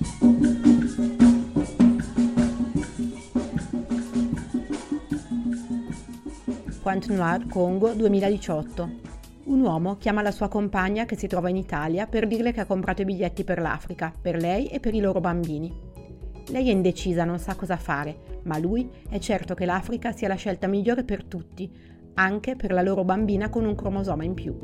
Pointe Noire, Congo, 2018. Un uomo chiama la sua compagna che si trova in Italia per dirle che ha comprato i biglietti per l'Africa, per lei e per i loro bambini. Lei è indecisa, non sa cosa fare, ma lui è certo che l'Africa sia la scelta migliore per tutti, anche per la loro bambina con un cromosoma in più.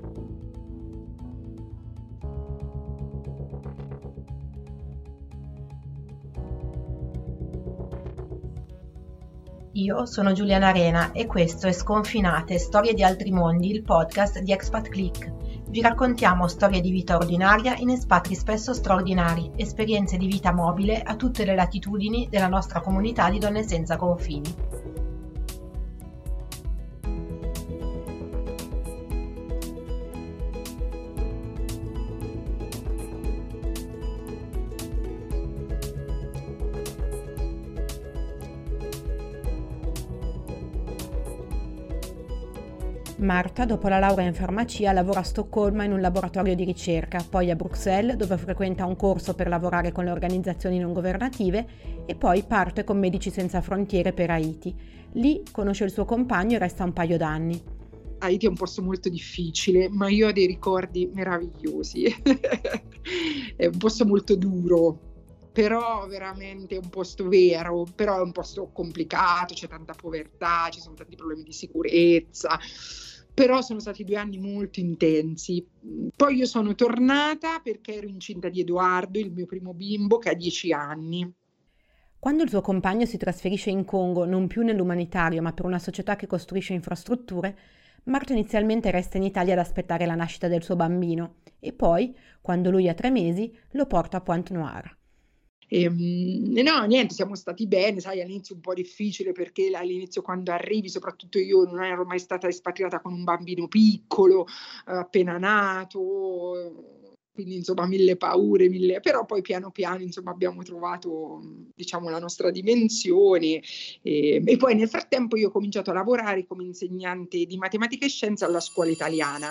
Io sono Giuliana Arena e questo è Sconfinate, Storie di altri mondi, il podcast di Expat Click. Vi raccontiamo storie di vita ordinaria in espatri spesso straordinari, esperienze di vita mobile a tutte le latitudini della nostra comunità di donne senza confini. Marta, dopo la laurea in farmacia, lavora a Stoccolma in un laboratorio di ricerca, poi a Bruxelles, dove frequenta un corso per lavorare con le organizzazioni non governative, e poi parte con Medici Senza Frontiere per Haiti. Lì conosce il suo compagno e resta un paio d'anni. Haiti è un posto molto difficile, ma io ho dei ricordi meravigliosi. È un posto molto duro, però veramente è un posto vero, però è un posto complicato, c'è tanta povertà, ci sono tanti problemi di sicurezza, però sono stati 2 anni molto intensi. Poi io sono tornata perché ero incinta di Edoardo, il mio primo bimbo, che ha 10 anni. Quando il suo compagno si trasferisce in Congo, non più nell'umanitario, ma per una società che costruisce infrastrutture, Marta inizialmente resta in Italia ad aspettare la nascita del suo bambino e poi, quando lui ha 3 mesi, lo porta a Pointe Noire. No, niente, siamo stati bene, sai, all'inizio un po' difficile perché all'inizio quando arrivi, soprattutto io non ero mai stata espatriata con un bambino piccolo, appena nato, quindi insomma 1000 paure, però poi piano piano insomma abbiamo trovato, diciamo, la nostra dimensione e poi nel frattempo io ho cominciato a lavorare come insegnante di matematica e scienza alla scuola italiana.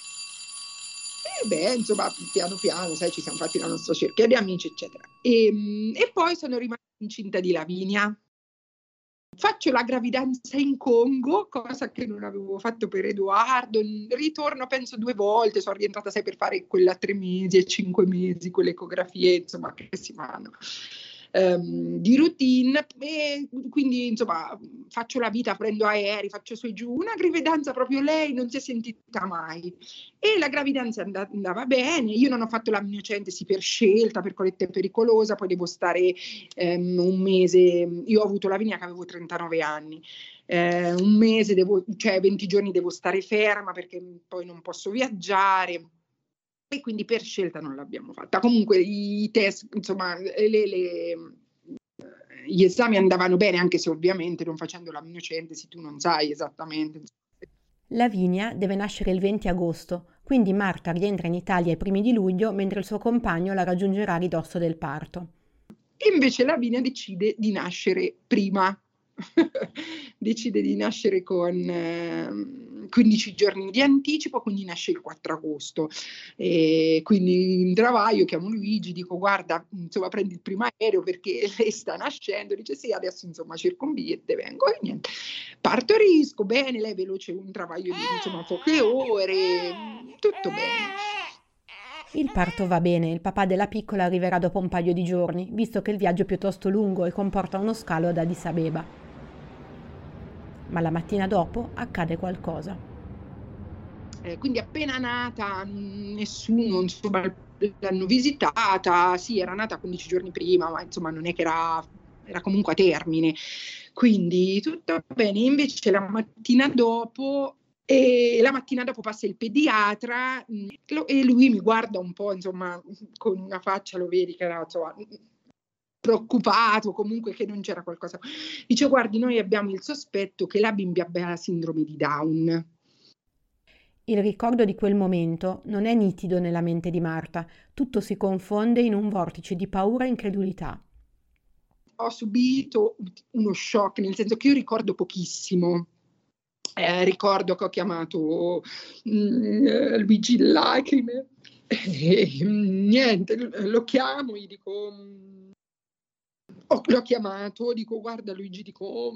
Insomma, piano piano, sai, ci siamo fatti la nostra cerchia di amici, eccetera. E poi sono rimasta incinta di Lavinia. Faccio la gravidanza in Congo, cosa che non avevo fatto per Edoardo. Ritorno, penso 2 volte, sono rientrata, sai, per fare quella a 3 mesi e 5 mesi, quelle ecografie, insomma, che si fanno. Di routine, e quindi insomma faccio la vita, prendo aerei, faccio su e giù, una gravidanza proprio, lei non si è sentita mai e la gravidanza andava bene. Io non ho fatto la miocenesi per scelta, perché è pericolosa, poi devo stare un mese, io ho avuto Lavinia che avevo 39 anni, un mese, 20 giorni devo stare ferma perché poi non posso viaggiare. E quindi per scelta non l'abbiamo fatta. Comunque i test, insomma, gli esami andavano bene, anche se ovviamente non facendo la miocenesi tu non sai esattamente. Lavinia deve nascere il 20 agosto, quindi Marta rientra in Italia ai primi di luglio, mentre il suo compagno la raggiungerà a ridosso del parto. E invece Lavinia decide di nascere prima. Decide di nascere con 15 giorni di anticipo, quindi nasce il 4 agosto. E quindi in travaglio chiamo Luigi, dico guarda, insomma, prendi il primo aereo perché lei sta nascendo. Dice sì, adesso insomma cerco un biglietto e vengo. E niente, partorisco bene, lei veloce, un travaglio di insomma poche ore, tutto bene. Il parto va bene, il papà della piccola arriverà dopo un paio di giorni, visto che il viaggio è piuttosto lungo e comporta uno scalo ad Addis Abeba. Ma la mattina dopo accade qualcosa. Quindi appena nata, nessuno insomma l'hanno visitata, sì, era nata 15 giorni prima, ma insomma non è che era comunque a termine, quindi tutto bene. Invece la mattina dopo passa il pediatra e lui mi guarda un po', insomma, con una faccia, lo vedi che era, insomma, preoccupato, comunque che non c'era qualcosa. Dice guardi, noi abbiamo il sospetto che la bimba abbia la sindrome di Down. Il ricordo di quel momento non è nitido nella mente di Marta, tutto si confonde in un vortice di paura e incredulità. Ho subito uno shock, nel senso che io ricordo pochissimo. Ricordo che ho chiamato Luigi in lacrime Niente, lo chiamo, gli dico, l'ho chiamato, dico guarda Luigi, dico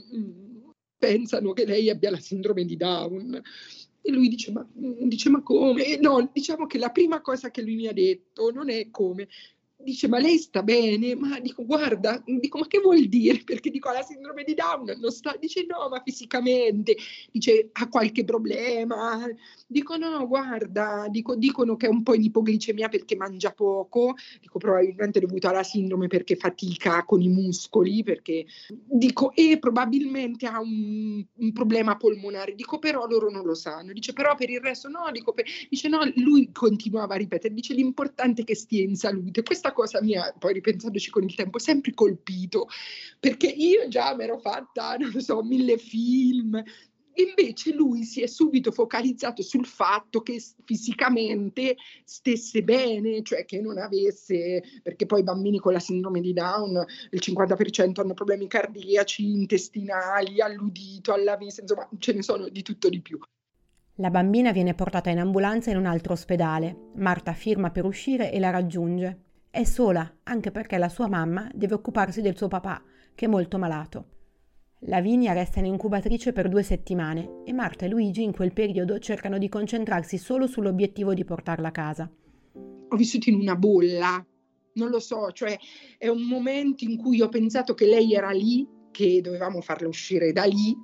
pensano che lei abbia la sindrome di Down. E lui dice ma come? No, diciamo che la prima cosa che lui mi ha detto non è come. Dice ma lei sta bene? Ma dico guarda, dico ma che vuol dire? Perché dico ha la sindrome di Down, non sta, dice no ma fisicamente, dice ha qualche problema, dico no guarda, dicono che è un po' in ipoglicemia perché mangia poco, dico probabilmente dovuto alla sindrome perché fatica con i muscoli, perché dico e probabilmente ha un problema polmonare, dico però loro non lo sanno, dice però per il resto no, dice no, lui continuava a ripetere, dice l'importante è che stia in salute. Questa cosa mi ha, poi ripensandoci con il tempo, sempre colpito, perché io già mi ero fatta, non lo so, 1000 film, invece lui si è subito focalizzato sul fatto che fisicamente stesse bene, cioè che non avesse, perché poi i bambini con la sindrome di Down, il 50% hanno problemi cardiaci, intestinali, all'udito, alla vista, insomma ce ne sono di tutto di più. La bambina viene portata in ambulanza in un altro ospedale. Marta firma per uscire e la raggiunge. È sola, anche perché la sua mamma deve occuparsi del suo papà, che è molto malato. Lavinia resta in incubatrice per 2 settimane e Marta e Luigi in quel periodo cercano di concentrarsi solo sull'obiettivo di portarla a casa. Ho vissuto in una bolla, non lo so, cioè è un momento in cui ho pensato che lei era lì, che dovevamo farla uscire da lì,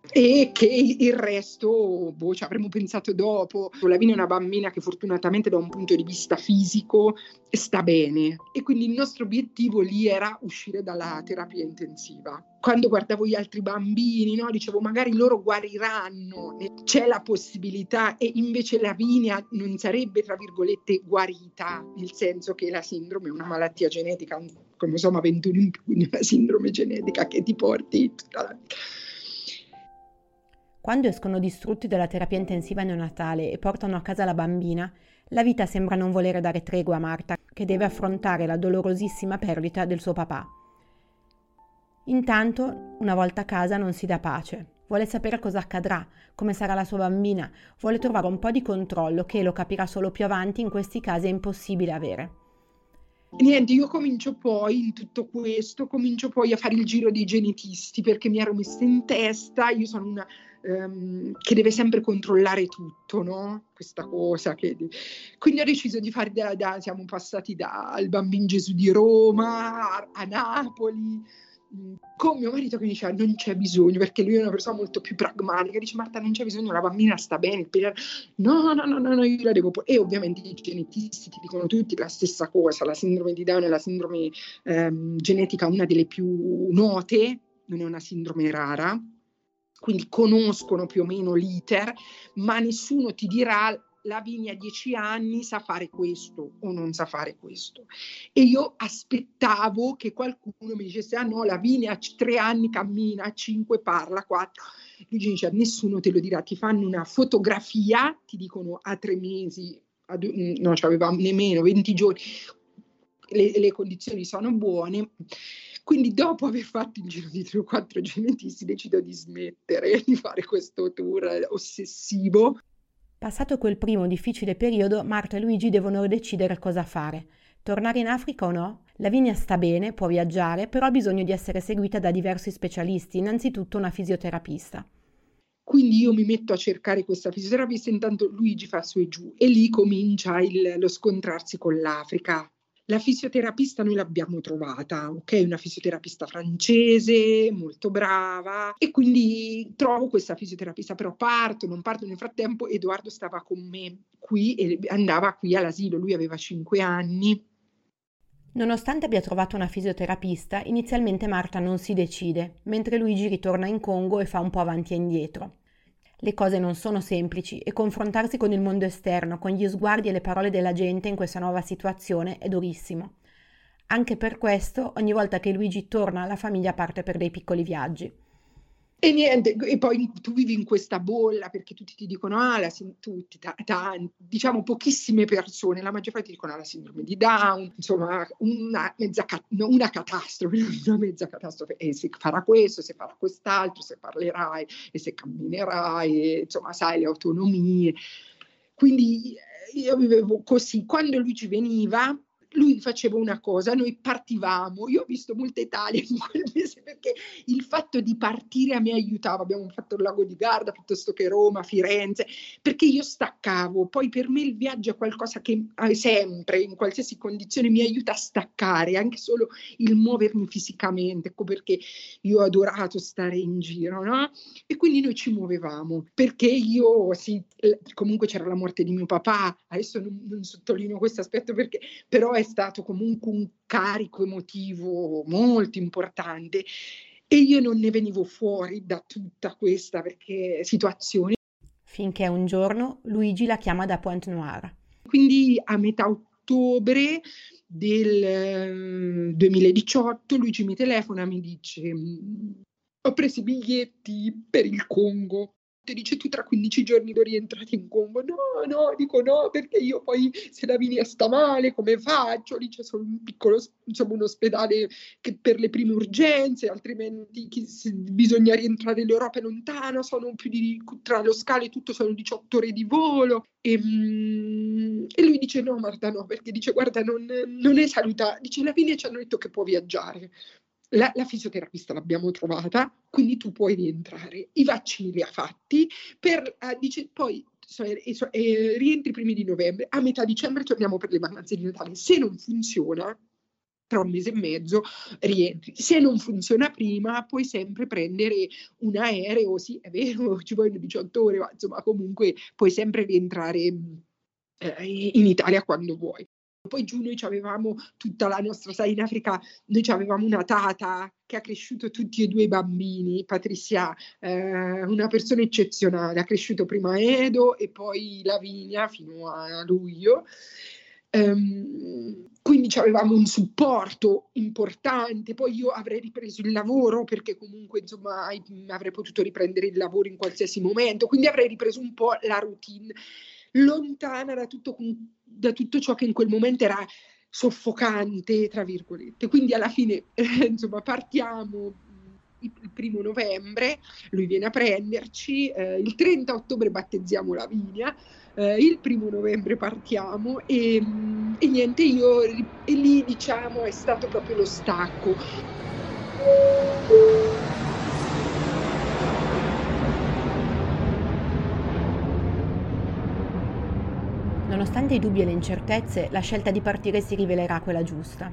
e che il resto ci avremmo pensato dopo. Lavinia è una bambina che fortunatamente da un punto di vista fisico sta bene e quindi il nostro obiettivo lì era uscire dalla terapia intensiva. Quando guardavo gli altri bambini, no, dicevo magari loro guariranno, c'è la possibilità, e invece Lavinia non sarebbe tra virgolette guarita, nel senso che la sindrome è una malattia genetica, un cromosoma 21 in più, quindi una sindrome genetica che ti porti tutta la vita. Quando escono distrutti dalla terapia intensiva neonatale e portano a casa la bambina, la vita sembra non volere dare tregua a Marta, che deve affrontare la dolorosissima perdita del suo papà. Intanto, una volta a casa, non si dà pace. Vuole sapere cosa accadrà, come sarà la sua bambina, vuole trovare un po' di controllo che, lo capirà solo più avanti, in questi casi è impossibile avere. Niente, io comincio poi in tutto questo, comincio poi a fare il giro dei genetisti perché mi ero messa in testa, io sono una che deve sempre controllare tutto, no? Questa cosa quindi ho deciso di fare siamo passati dal Bambino Gesù di Roma a Napoli, con mio marito che mi diceva non c'è bisogno, perché lui è una persona molto più pragmatica, dice Marta non c'è bisogno, la bambina sta bene, no, io la devo e ovviamente i genetisti ti dicono tutti la stessa cosa, la sindrome di Down è la sindrome genetica, una delle più note, non è una sindrome rara, quindi conoscono più o meno l'iter, ma nessuno ti dirà Lavinia a 10 anni sa fare questo o non sa fare questo. E io aspettavo che qualcuno mi dicesse no, Lavinia a 3 anni cammina, a 5 parla, a 4. Lui dice nessuno te lo dirà, ti fanno una fotografia, ti dicono a 3 mesi, no, aveva nemmeno 20 giorni, le condizioni sono buone. Quindi dopo aver fatto il giro di 3 o 4 genetisti decido di smettere di fare questo tour ossessivo. Passato quel primo difficile periodo, Marta e Luigi devono decidere cosa fare. Tornare in Africa o no? Lavinia sta bene, può viaggiare, però ha bisogno di essere seguita da diversi specialisti, innanzitutto una fisioterapista. Quindi io mi metto a cercare questa fisioterapista, intanto Luigi fa su e giù e lì comincia lo scontrarsi con l'Africa. La fisioterapista noi l'abbiamo trovata, ok? Una fisioterapista francese, molto brava, e quindi trovo questa fisioterapista, però non parto nel frattempo. Edoardo stava con me qui e andava qui all'asilo, lui aveva 5 anni. Nonostante abbia trovato una fisioterapista, inizialmente Marta non si decide, mentre Luigi ritorna in Congo e fa un po' avanti e indietro. Le cose non sono semplici e confrontarsi con il mondo esterno, con gli sguardi e le parole della gente in questa nuova situazione è durissimo. Anche per questo, ogni volta che Luigi torna, la famiglia parte per dei piccoli viaggi. E niente, e poi tu vivi in questa bolla perché tutti ti dicono, tutti, diciamo pochissime persone, la maggior parte ti dicono la sindrome di Down, insomma una catastrofe, una mezza catastrofe, e se farà questo, se farà quest'altro, se parlerai, e se camminerai, e, insomma sai le autonomie. Quindi io vivevo così, quando lui ci veniva, lui faceva una cosa, noi partivamo, io ho visto molta Italia in quel mese perché il fatto di partire a me aiutava, abbiamo fatto il lago di Garda piuttosto che Roma, Firenze, perché io staccavo, poi per me il viaggio è qualcosa che sempre, in qualsiasi condizione mi aiuta a staccare, anche solo il muovermi fisicamente, ecco perché io ho adorato stare in giro, no? E quindi noi ci muovevamo, perché io, sì, comunque c'era la morte di mio papà, adesso non sottolineo questo aspetto perché però è stato comunque un carico emotivo molto importante e io non ne venivo fuori da tutta questa situazione. Finché un giorno Luigi la chiama da Pointe-Noire. Quindi a metà ottobre del 2018 Luigi mi telefona e mi dice: ho preso i biglietti per il Congo. Ti dice: tu tra 15 giorni devi rientrare in Congo. No, dico no, perché io poi se Lavinia sta male come faccio? Lì c'è solo un piccolo, insomma, un ospedale che per le prime urgenze, altrimenti bisogna rientrare in Europa è lontano, sono più tra lo scalo e tutto sono 18 ore di volo. E lui dice: no Marta, no, perché dice: guarda, non è salutare, dice Lavinia ci hanno detto che può viaggiare. La fisioterapista l'abbiamo trovata, quindi tu puoi rientrare. I vaccini li ha fatti, dice, poi rientri i primi di novembre, a metà dicembre torniamo per le vacanze di Natale. Se non funziona, tra un mese e mezzo rientri. Se non funziona prima, puoi sempre prendere un aereo, sì, è vero, ci vogliono 18 ore, ma insomma comunque puoi sempre rientrare in Italia quando vuoi. Poi giù noi avevamo tutta la nostra, sai, in Africa noi avevamo una tata che ha cresciuto tutti e due i bambini, Patricia, una persona eccezionale, ha cresciuto prima Edo e poi Lavinia fino a luglio. Quindi avevamo un supporto importante, poi io avrei ripreso il lavoro perché comunque insomma avrei potuto riprendere il lavoro in qualsiasi momento, quindi avrei ripreso un po' la routine, lontana da tutto ciò che in quel momento era soffocante, tra virgolette. Quindi alla fine insomma partiamo il 1° novembre, lui viene a prenderci, il 30 ottobre battezziamo Lavinia, il 1° novembre partiamo e niente, e lì diciamo è stato proprio lo stacco. Nonostante i dubbi e le incertezze, la scelta di partire si rivelerà quella giusta.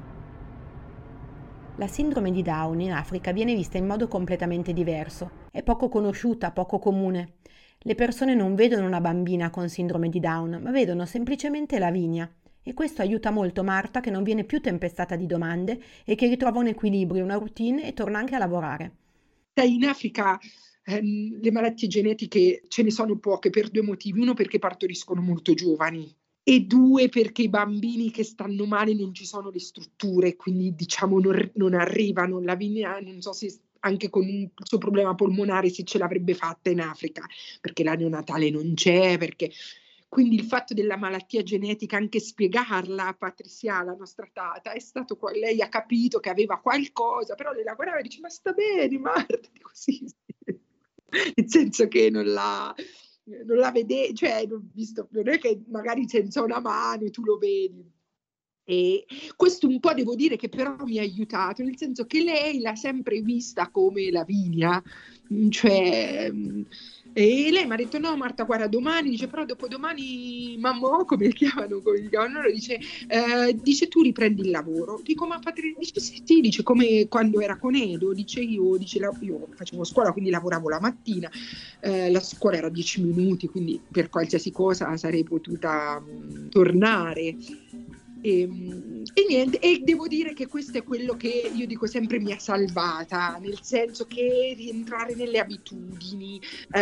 La sindrome di Down in Africa viene vista in modo completamente diverso, è poco conosciuta, poco comune. Le persone non vedono una bambina con sindrome di Down, ma vedono semplicemente Lavinia. E questo aiuta molto Marta, che non viene più tempestata di domande e che ritrova un equilibrio, una routine e torna anche a lavorare. In Africa le malattie genetiche ce ne sono poche per 2 motivi. Uno, perché partoriscono molto giovani, e 2, perché i bambini che stanno male non ci sono le strutture, quindi diciamo non arrivano. Lavinia, non so se anche con il suo problema polmonare se ce l'avrebbe fatta in Africa, perché la neonatale non c'è, perché... Quindi il fatto della malattia genetica, anche spiegarla a Patricia, la nostra tata, è stato lei ha capito che aveva qualcosa, però lei la guardava e dice: ma sta bene Marta, dico sì. Nel senso che non la vede, cioè non è che magari senza una mano tu lo vedi. E questo un po' devo dire che però mi ha aiutato, nel senso che lei l'ha sempre vista come Lavinia, cioè, e lei mi ha detto: no Marta, guarda, domani, dice, però dopodomani mamma, come li chiamano, allora dice tu riprendi il lavoro. Dico: ma dice sì, dice come quando era con Edo, dice io facevo scuola, quindi lavoravo la mattina, la scuola era 10 minuti, quindi per qualsiasi cosa sarei potuta tornare. E niente, e devo dire che questo è quello che io dico sempre mi ha salvata, nel senso che rientrare nelle abitudini,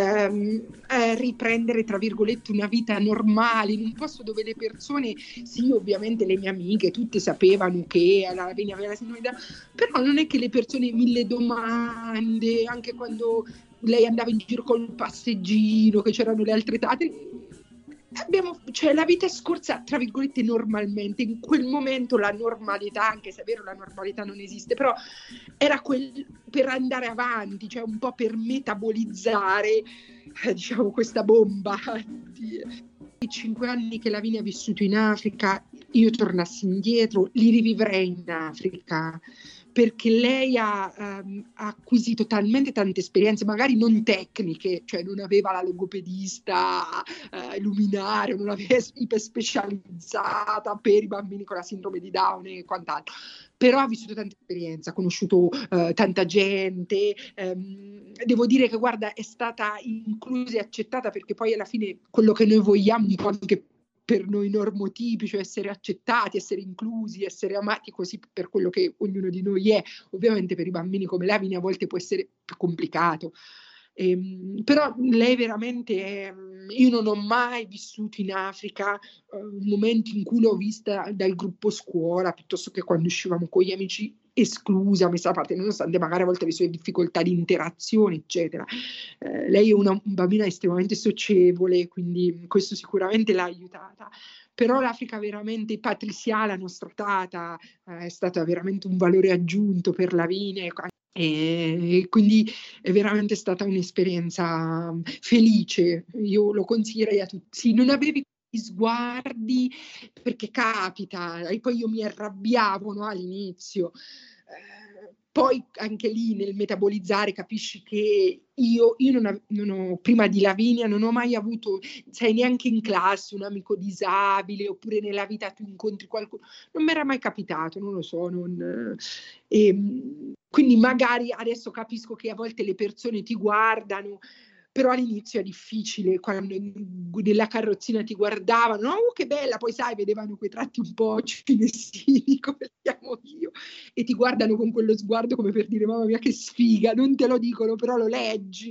riprendere tra virgolette una vita normale in un posto dove le persone, sì, ovviamente le mie amiche tutte sapevano che aveva la sindrome di Down, però non è che le persone 1000 domande, anche quando lei andava in giro col passeggino, che c'erano le altre tate. Cioè la vita è scorsa tra virgolette normalmente, in quel momento la normalità, anche se è vero la normalità non esiste, però era per andare avanti, cioè un po' per metabolizzare diciamo questa bomba i 5 anni che Lavinia ha vissuto in Africa, io tornassi indietro, li rivivrei in Africa, perché lei ha acquisito talmente tante esperienze, magari non tecniche, cioè non aveva la logopedista luminare, non aveva iper specializzata per i bambini con la sindrome di Down e quant'altro, però ha vissuto tanta esperienza, ha conosciuto tanta gente, devo dire che guarda è stata inclusa e accettata, perché poi alla fine quello che noi vogliamo un po' anche per noi normotipici, cioè essere accettati, essere inclusi, essere amati così per quello che ognuno di noi è. Ovviamente per i bambini come Lavinia a volte può essere più complicato. Però lei veramente io non ho mai vissuto in Africa un momento in cui l'ho vista dal gruppo scuola, piuttosto che quando uscivamo con gli amici, esclusa, messa da parte, nonostante magari a volte le sue difficoltà di interazione, eccetera. Lei è una bambina estremamente socievole, quindi questo sicuramente l'ha aiutata. Però l'Africa veramente, Patricia, la nostra tata, è stata veramente un valore aggiunto per Lavinia, e quindi è veramente stata un'esperienza felice. Io lo consiglierei a tutti. Sì, non avevi sguardi, perché capita, e poi io mi arrabbiavo, no, all'inizio. Poi anche lì nel metabolizzare capisci che io non ho, prima di Lavinia, non ho mai avuto, sai, neanche in classe un amico disabile, oppure nella vita tu incontri qualcuno, non mi era mai capitato, non lo so, quindi magari adesso capisco che a volte le persone ti guardano, però all'inizio è difficile, quando nella carrozzina ti guardavano, oh che bella, poi sai, vedevano quei tratti un po' cinesini, come li chiamo io, e ti guardano con quello sguardo come per dire, mamma mia che sfiga, non te lo dicono, però lo leggi.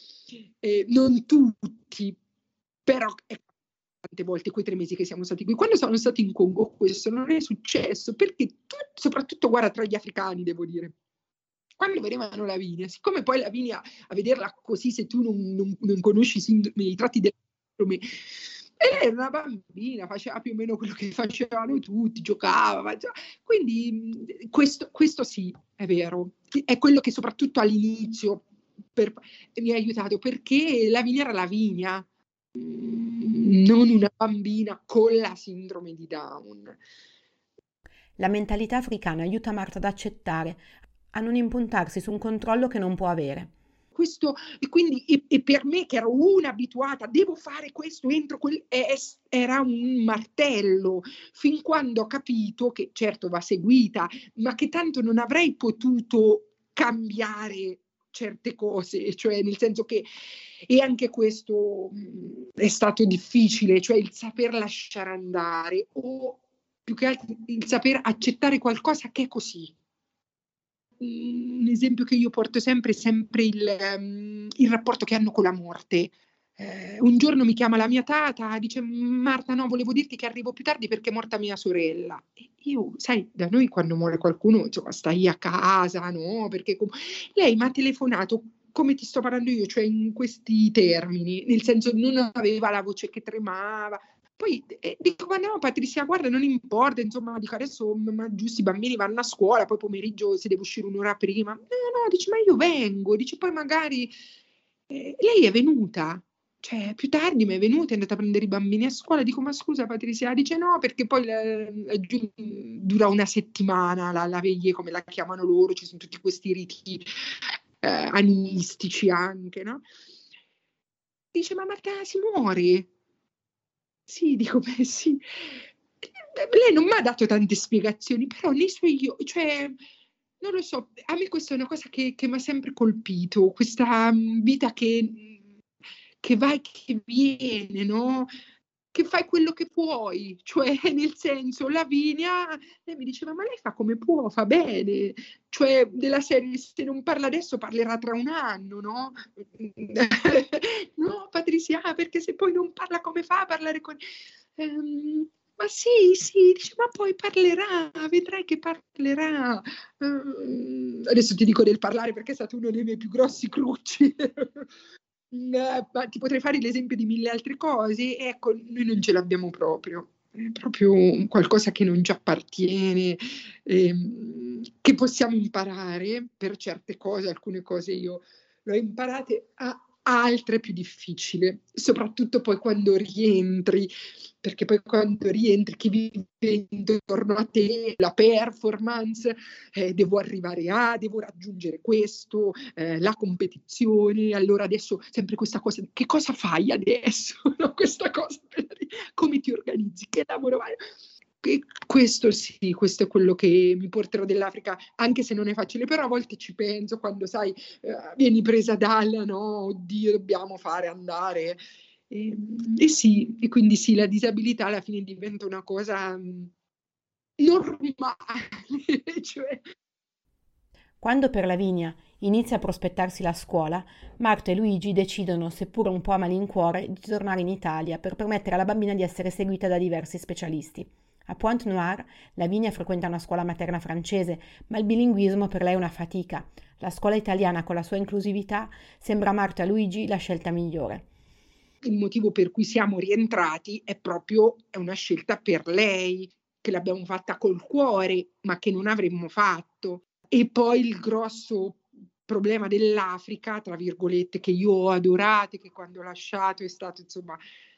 Non tutti, però tante volte quei 3 mesi che siamo stati qui, quando sono stati in Congo questo non è successo, perché soprattutto guarda tra gli africani, devo dire, quando vedevano Lavinia, siccome poi Lavinia, a vederla così, se tu non conosci i tratti della sindrome, era una bambina, faceva più o meno quello che facevano tutti, giocava, quindi questo sì, è vero, è quello che soprattutto all'inizio mi ha aiutato, perché Lavinia era Lavinia, non una bambina con la sindrome di Down. La mentalità africana aiuta Marta ad accettare, a non impuntarsi su un controllo che non può avere. Questo, e quindi e per me che ero una abituata, devo fare questo entro era un martello, fin quando ho capito che certo va seguita, ma che tanto non avrei potuto cambiare certe cose, cioè nel senso che, e anche questo è stato difficile, cioè il saper lasciare andare, o più che altro il saper accettare qualcosa che è così. Un esempio che io porto sempre il rapporto che hanno con la morte. Un giorno mi chiama la mia tata, dice Marta, no, volevo dirti che arrivo più tardi perché è morta mia sorella. E io, sai, da noi quando muore qualcuno, insomma, stai a casa, no? Perché lei mi ha telefonato come ti sto parlando io, cioè in questi termini, nel senso non aveva la voce che tremava. Poi dico, ma no Patricia, guarda, non importa, insomma, dico adesso giusto i bambini vanno a scuola, poi pomeriggio si deve uscire un'ora prima. No, dice, ma io vengo, dice, poi magari lei è venuta, cioè più tardi mi è venuta, è andata a prendere i bambini a scuola, dico, ma scusa Patricia, dice no, perché poi dura una settimana la veglia, come la chiamano loro, ci sono tutti questi riti animistici anche, no? Dice, ma Marta si muore? Sì, dico, beh sì. Lei non mi ha dato tante spiegazioni, però nei suoi cioè, non lo so, a me questa è una cosa che mi ha sempre colpito, questa vita che va e che viene, no? Che fai quello che puoi, cioè nel senso, Lavinia, lei mi diceva, ma lei fa come può, fa bene, cioè della serie, se non parla adesso parlerà tra un anno, no? No, Patricia, perché se poi non parla come fa a parlare con... ma sì, dice, ma poi parlerà, vedrai che parlerà. Adesso ti dico del parlare perché è stato uno dei miei più grossi crucci. Ma ti potrei fare l'esempio di 1000 altre cose, ecco, noi non ce l'abbiamo proprio, è proprio qualcosa che non ci appartiene, che possiamo imparare per certe cose, alcune cose io le ho imparate a altre più difficili, soprattutto poi quando rientri, perché poi quando rientri chi vive intorno a te, la performance, devo arrivare devo raggiungere questo, la competizione, allora adesso sempre questa cosa, che cosa fai adesso? No, questa cosa, come ti organizzi, che lavoro fai? Questo sì, questo è quello che mi porterò dell'Africa, anche se non è facile, però a volte ci penso quando, sai, vieni presa dalla, no, oddio, dobbiamo fare andare. E sì, e quindi sì, la disabilità alla fine diventa una cosa normale, cioè. Quando per Lavinia inizia a prospettarsi la scuola, Marta e Luigi decidono, seppur un po' a malincuore, di tornare in Italia per permettere alla bambina di essere seguita da diversi specialisti. A Pointe-Noire, Lavinia frequenta una scuola materna francese, ma il bilinguismo per lei è una fatica. La scuola italiana con la sua inclusività sembra a Marta e Luigi la scelta migliore. Il motivo per cui siamo rientrati è una scelta per lei, che l'abbiamo fatta col cuore, ma che non avremmo fatto. E poi il grosso problema dell'Africa, tra virgolette, che io ho adorato e che quando ho lasciato è stato, insomma,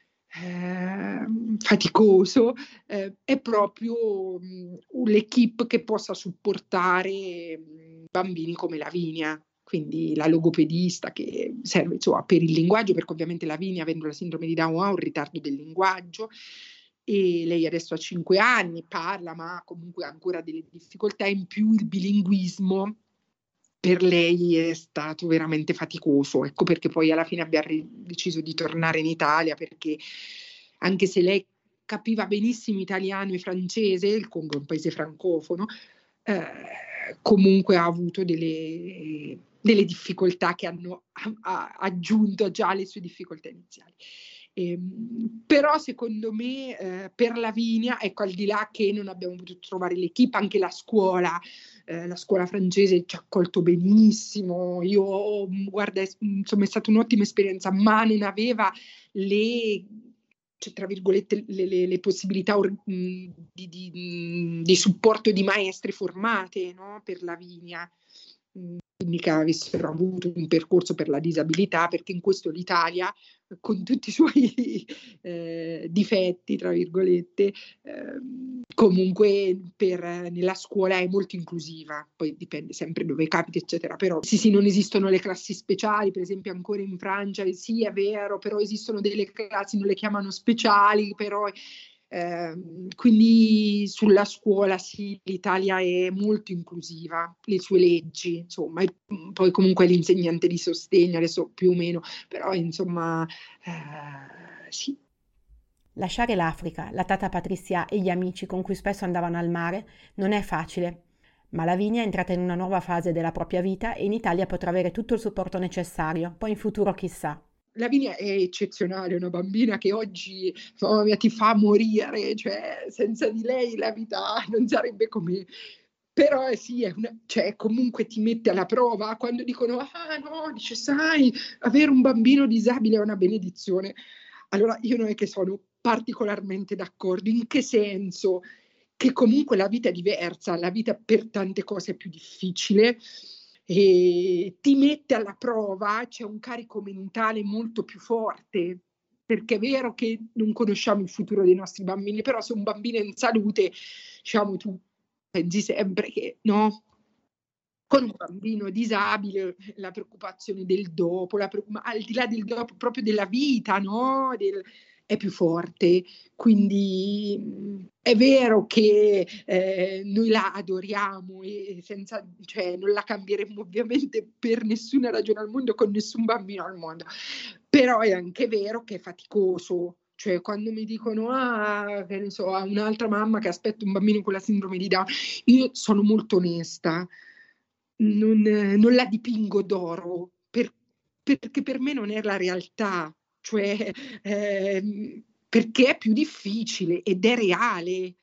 faticoso, è proprio l'equipe che possa supportare bambini come Lavinia. Quindi la logopedista che serve, insomma, per il linguaggio, perché ovviamente Lavinia, avendo la sindrome di Down, ha un ritardo del linguaggio, e lei adesso ha 5 anni, parla, ma comunque ha ancora delle difficoltà. In più il bilinguismo per lei è stato veramente faticoso, ecco perché poi alla fine abbiamo deciso di tornare in Italia, perché anche se lei capiva benissimo italiano e francese, il Congo è un paese francofono, comunque ha avuto delle difficoltà che hanno aggiunto già alle sue difficoltà iniziali. Però secondo me per Lavinia, ecco, al di là che non abbiamo potuto trovare l'equipe, anche la scuola francese ci ha accolto benissimo. Io, guarda, insomma, è stata un'ottima esperienza, ma non aveva tra virgolette, le possibilità di supporto di maestre formate, no? Per Lavinia. Quindi che avessero avuto un percorso per la disabilità, perché in questo l'Italia, con tutti i suoi difetti, tra virgolette, comunque nella scuola è molto inclusiva, poi dipende sempre dove capita, eccetera, però sì, non esistono le classi speciali, per esempio ancora in Francia, sì è vero, però esistono delle classi, non le chiamano speciali, però quindi sulla scuola sì, l'Italia è molto inclusiva, le sue leggi, insomma, e poi comunque l'insegnante di sostegno, adesso più o meno, però insomma sì. Lasciare l'Africa, la tata Patricia e gli amici con cui spesso andavano al mare non è facile, ma Lavinia è entrata in una nuova fase della propria vita e in Italia potrà avere tutto il supporto necessario, poi in futuro chissà. Lavinia è eccezionale, è una bambina che oggi, mamma mia, ti fa morire, cioè senza di lei la vita non sarebbe come. Però sì, cioè, comunque ti mette alla prova quando dicono, no, dice, sai, avere un bambino disabile è una benedizione. Allora io non è che sono particolarmente d'accordo, in che senso? Che comunque la vita è diversa, la vita per tante cose è più difficile e ti mette alla prova, c'è un carico mentale molto più forte, perché è vero che non conosciamo il futuro dei nostri bambini, però se un bambino è in salute, diciamo, tu pensi sempre che, no? Con un bambino disabile, la preoccupazione del dopo, ma al di là del dopo, proprio della vita, no? È più forte. Quindi è vero che noi la adoriamo e cioè, non la cambieremmo ovviamente per nessuna ragione al mondo, con nessun bambino al mondo. Però è anche vero che è faticoso. Cioè, quando mi dicono, che ne so, a un'altra mamma che aspetta un bambino con la sindrome di Down, io sono molto onesta. Non la dipingo d'oro, perché per me non è la realtà, cioè perché è più difficile ed è reale.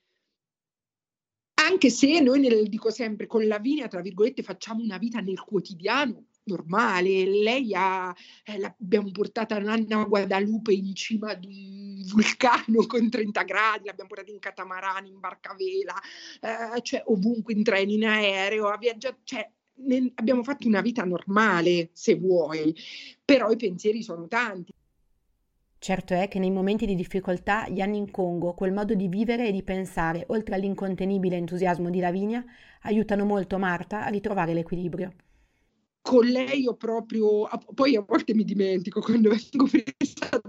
Anche se noi, dico sempre, con Lavinia, tra virgolette, facciamo una vita nel quotidiano normale. Lei l'abbiamo portata a Nanna Guadalupe in cima ad un vulcano con 30 gradi, l'abbiamo portata in catamarano, in barcavela, cioè ovunque, in treno, in aereo, ha viaggiato, cioè abbiamo fatto una vita normale, se vuoi, però i pensieri sono tanti. Certo è che nei momenti di difficoltà gli anni in Congo, quel modo di vivere e di pensare, oltre all'incontenibile entusiasmo di Lavinia, aiutano molto Marta a ritrovare l'equilibrio. Con lei ho proprio, poi a volte mi dimentico quando vengo presa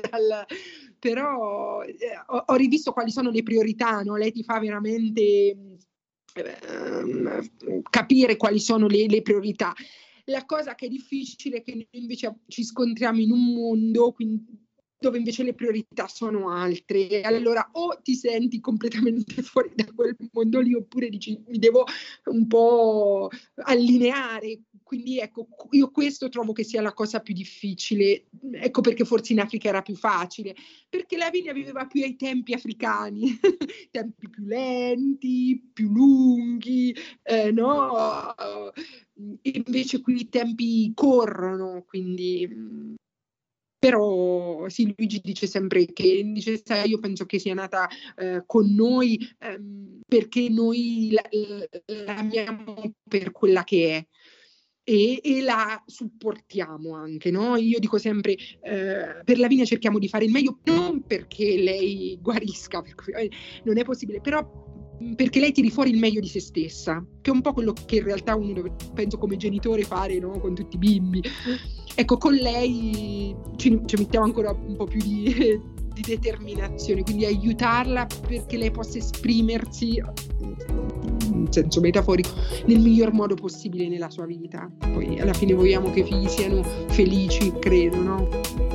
però ho rivisto quali sono le priorità, no? Lei ti fa veramente capire quali sono le priorità. La cosa che è difficile è che noi invece ci scontriamo in un mondo dove invece le priorità sono altre, e allora o ti senti completamente fuori da quel mondo lì, oppure dici mi devo un po' allineare. Quindi ecco, io questo trovo che sia la cosa più difficile. Ecco perché forse in Africa era più facile, perché Lavinia viveva più ai tempi africani, tempi più lenti, più lunghi, no? Invece qui i tempi corrono, quindi... Però sì, Luigi dice sempre che sai, io penso che sia nata con noi perché noi l'amiamo per quella che è. E la supportiamo anche, no? Io dico sempre, per Lavinia cerchiamo di fare il meglio, non perché lei guarisca, perché non è possibile, però perché lei tiri fuori il meglio di se stessa, che è un po' quello che in realtà uno dovrebbe, penso, come genitore fare, no? Con tutti i bimbi. Ecco, con lei ci mettiamo ancora un po' più di determinazione, quindi aiutarla perché lei possa esprimersi in senso metaforico nel miglior modo possibile nella sua vita. Poi alla fine vogliamo che i figli siano felici, credo, no?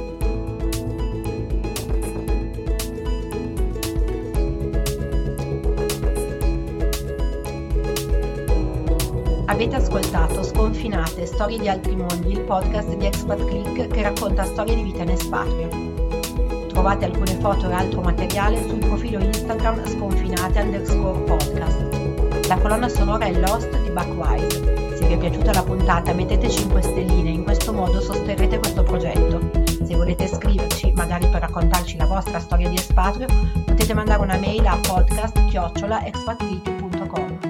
Avete ascoltato Sconfinate, storie di altri mondi, il podcast di Expat Click che racconta storie di vita in espatrio. Trovate alcune foto e altro materiale sul profilo Instagram sconfinate_podcast. La colonna sonora è Lost di Buckwise. Se vi è piaciuta la puntata mettete 5 stelline, in questo modo sosterrete questo progetto. Se volete scriverci, magari per raccontarci la vostra storia di espatrio, potete mandare una mail a podcast@expatclick.com.